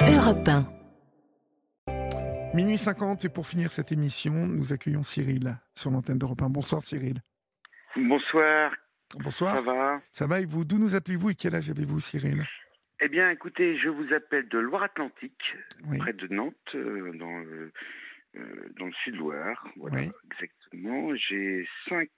Europe 1. Minuit 50, et pour finir cette émission, nous accueillons Cyril sur l'antenne d'Europe 1. Bonsoir Cyril. Bonsoir. Bonsoir. Ça va? Ça va et vous? D'où nous appelez-vous et quel âge avez-vous Cyril? Eh bien, écoutez, je vous appelle de Loire-Atlantique, Oui. près de Nantes, dans le sud-Loire. Voilà, Oui. exactement. J'ai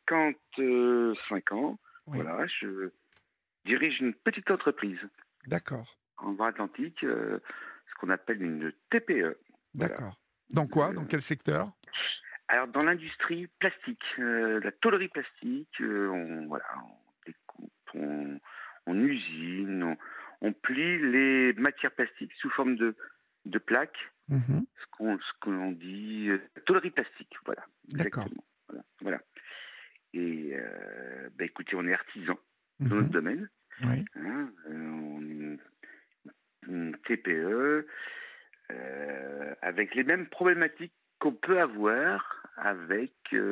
55 ans. Oui. Voilà, je dirige une petite entreprise D'accord. en Loire-Atlantique, ce qu'on appelle une TPE. Voilà. D'accord. Dans quoi? Dans quel secteur? Alors, dans l'industrie plastique, la tôlerie plastique, on découpe, on usine, on plie les matières plastiques sous forme de plaques, Mhm. ce qu'on dit tôlerie plastique, voilà. D'accord. Exactement. Voilà. Et écoutez, on est artisans dans Mhm. notre domaine. Oui. Hein, on est une TPE avec les mêmes problématiques qu'on peut avoir avec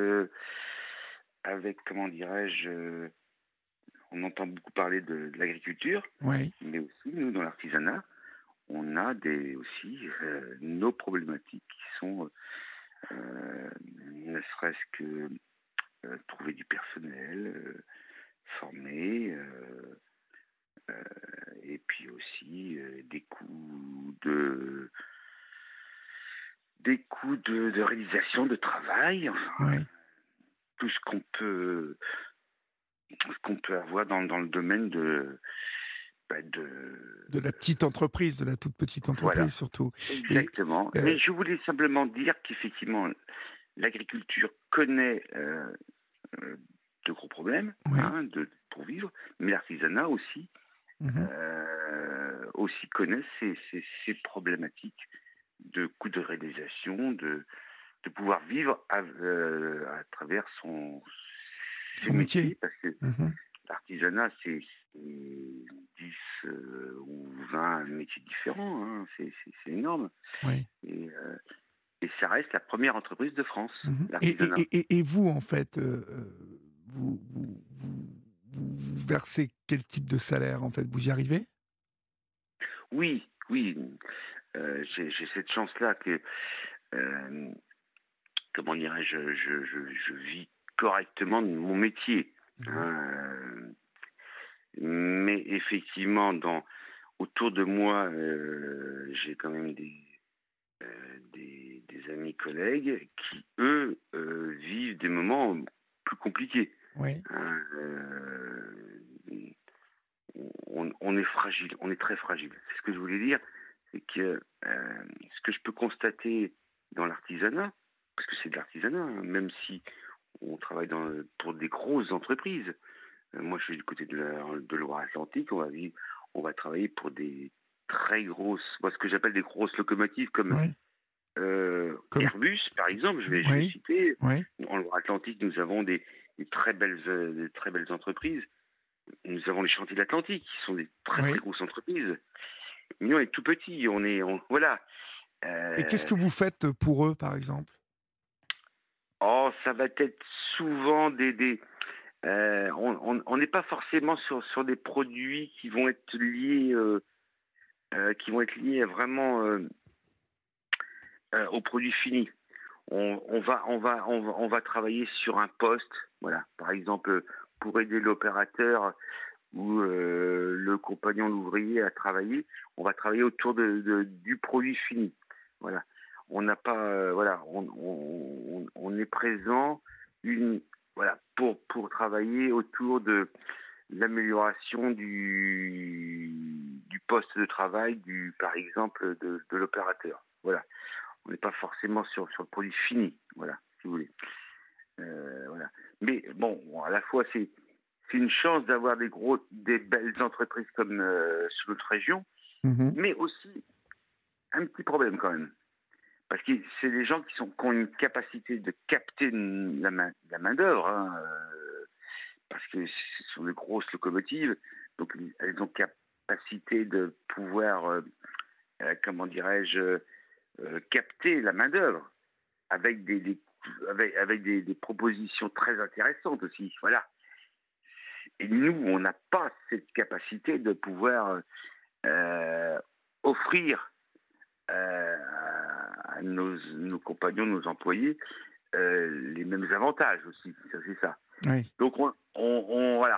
comment dirais-je, on entend beaucoup parler de l'agriculture, Oui. mais aussi nous dans l'artisanat, on a aussi nos problématiques qui sont ne serait-ce que trouver du personnel formé, et puis aussi des coûts de réalisation de travail, enfin, Oui. tout ce qu'on peut avoir dans le domaine de De la petite entreprise, de la toute petite entreprise voilà, surtout. exactement. Et, Mais je voulais simplement dire qu'effectivement l'agriculture connaît de gros problèmes, Oui. pour vivre, mais l'artisanat aussi Mhm. aussi connaît ces problématiques de coûts de réalisation, de pouvoir vivre à travers son métier. parce que Mhm. l'artisanat, c'est 10 ou 20 métiers différents, hein. C'est énorme. Oui. Et ça reste la première entreprise de France, Mhm. l'artisanat. Et vous, en fait, vous versez quel type de salaire, en fait? Vous y arrivez? Oui. J'ai cette chance-là que, euh, comment dirais-je, je vis correctement de mon métier. Mhm. Hein, mais effectivement, autour de moi, j'ai quand même des amis collègues qui, eux, vivent des moments plus compliqués. Oui. Hein, on est fragile, on est très fragile. C'est ce que je voulais dire, c'est que ce que je peux constater dans l'artisanat, parce que c'est de l'artisanat, hein, même si on travaille pour des grosses entreprises. Moi, je suis du côté de Loire-Atlantique, on va travailler pour des très grosses, ce que j'appelle des grosses locomotives comme Oui. Comme... Airbus, par exemple, je vais Oui. citer. Oui. En Loire-Atlantique, nous avons des très belles entreprises. Nous avons les Chantiers de l'Atlantique, qui sont des très Oui. très grosses entreprises. Mais nous, on est tout petits, voilà. Et qu'est-ce que vous faites pour eux, par exemple? Ça va être souvent on n'est pas forcément sur des produits qui vont être liés vraiment aux produits finis. On va travailler sur un poste, voilà. Par exemple, pour aider l'opérateur ou le compagnon, l'ouvrier à travailler, on va travailler autour du produit fini. Voilà. On n'a pas, voilà, on est présent pour travailler autour de l'amélioration du poste de travail par exemple de l'opérateur. Voilà. On n'est pas forcément sur le produit fini, voilà, si vous voulez. Voilà. Mais bon, à la fois c'est une chance d'avoir des belles entreprises comme sur notre région, mais aussi un petit problème quand même. Parce que c'est des gens qui ont une capacité de capter la main-d'œuvre, hein, parce que ce sont de grosses locomotives, donc elles ont capacité de pouvoir, comment dirais-je, capter la main-d'œuvre avec des propositions très intéressantes aussi. Voilà. Et nous, on n'a pas cette capacité de pouvoir offrir à nos compagnons, nos employés, les mêmes avantages aussi. Ça, c'est ça. Oui. Donc voilà,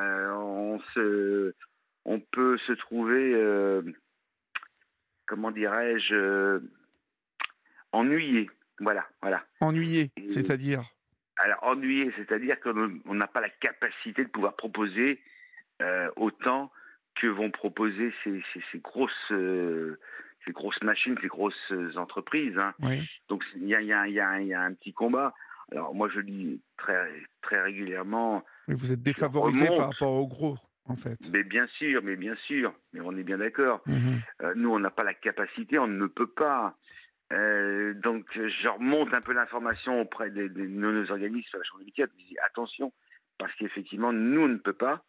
on peut se trouver, comment dirais-je, ennuyé. Voilà, voilà. Ennuyé, Et, c'est-à-dire? alors ennuyé, c'est-à-dire qu'on n'a pas la capacité de pouvoir proposer autant que vont proposer ces grosses machines, ces grosses entreprises. Hein. Oui. Donc il y a un petit combat. Alors moi je dis très très régulièrement. Mais vous êtes Je défavorisé par remonte, rapport aux gros, en fait. mais bien sûr, mais on est bien d'accord. Mhm. Nous on n'a pas la capacité, on ne peut pas. Donc je remonte un peu l'information auprès de nos organismes à la Chambre des métiers. Je dis attention, parce qu'effectivement nous on ne peut pas.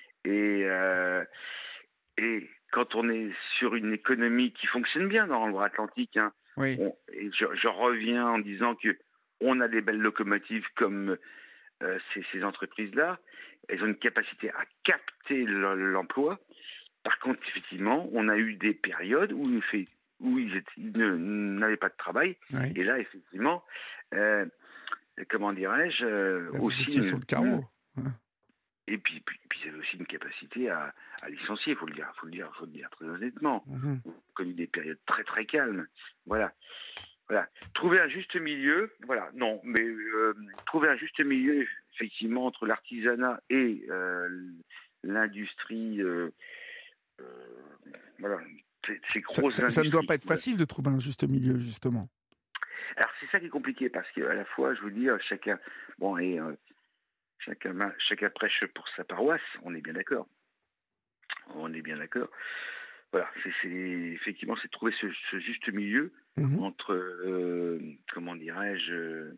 Et quand on est sur une économie qui fonctionne bien dans le Loire-Atlantique, hein, Oui. et je reviens en disant que on a des belles locomotives comme ces entreprises-là, elles ont une capacité à capter l'emploi. Par contre, effectivement, on a eu des périodes où ils n'avaient pas de travail, Oui. et là, effectivement, comment dirais-je, Là, vous aussi étiez sur le carreau. Hein. et puis il y avait aussi une capacité à licencier, faut le dire très honnêtement. Mhm. On a connu des périodes très très calmes. Voilà. Trouver un juste milieu, voilà, non, mais trouver un juste milieu, effectivement, entre l'artisanat et l'industrie, voilà, ces grosses Ça ne doit industries. pas être Voilà. facile de trouver un juste milieu, justement. Alors c'est ça qui est compliqué, parce qu'à la fois, je veux dire, chacun prêche pour sa paroisse, on est bien d'accord. Voilà, effectivement, c'est de trouver ce juste milieu Mhm. entre, comment dirais-je,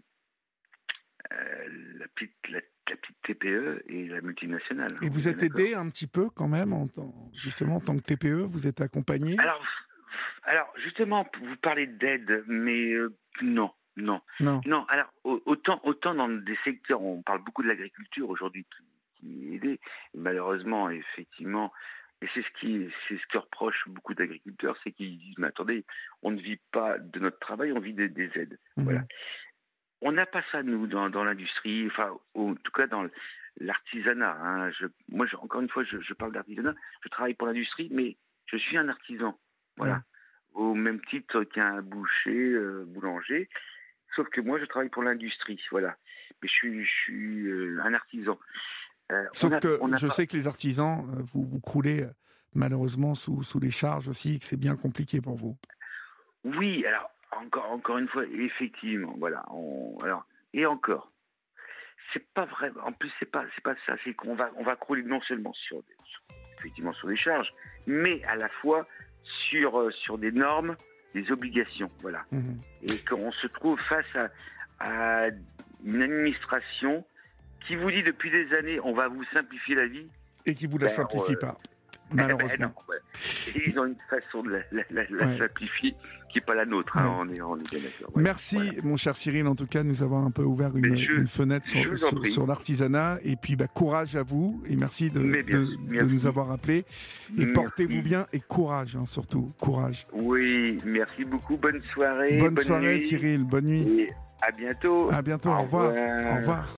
la petite TPE et la multinationale. Et On est vous bien êtes d'accord. aidé un petit peu, quand même, justement, en tant que TPE, vous êtes accompagné? Alors, justement, vous parlez d'aide, mais non, non, Non. non. Alors, autant dans des secteurs, on parle beaucoup de l'agriculture aujourd'hui qui est aidée. Et malheureusement, effectivement, et c'est ce que reprochent beaucoup d'agriculteurs, c'est qu'ils disent, mais attendez, on ne vit pas de notre travail, on vit des aides. Voilà. Mhm. On n'a pas ça, nous, dans l'industrie, enfin, en tout cas dans l'artisanat. Hein. Encore une fois, je parle d'artisanat. Je travaille pour l'industrie, mais je suis un artisan. Oui. Voilà. Au même titre qu'un boucher, boulanger. Sauf que moi, je travaille pour l'industrie. Voilà. Mais je suis un artisan. Sauf que on a je pas... sais que les artisans, vous croulez malheureusement sous les charges aussi, que c'est bien compliqué pour vous. Oui, alors, encore une fois, effectivement, voilà. Et encore. C'est pas vrai. En plus, c'est pas ça. C'est qu'on va crouler non seulement effectivement sur des charges, mais à la fois sur des normes, des obligations. Voilà. Mhm. Et qu'on se trouve face à une administration qui vous dit depuis des années, on va vous simplifier la vie. Et qui vous la simplifie pas, malheureusement. Non, ouais. Et ils ont une façon de la simplifier qui n'est pas la nôtre. Hein, on est bien d'accord. Ouais. Merci, Voilà. mon cher Cyril, en tout cas, nous avons un peu ouvert une fenêtre sur l'artisanat. Et puis, courage à vous. Et merci de nous avoir appelés. Et portez-vous bien et courage, hein, surtout. Courage. Oui, merci beaucoup. Bonne soirée. Bonne soirée, nuit. Cyril. Bonne nuit. Et à bientôt. À bientôt. Au revoir. Au revoir.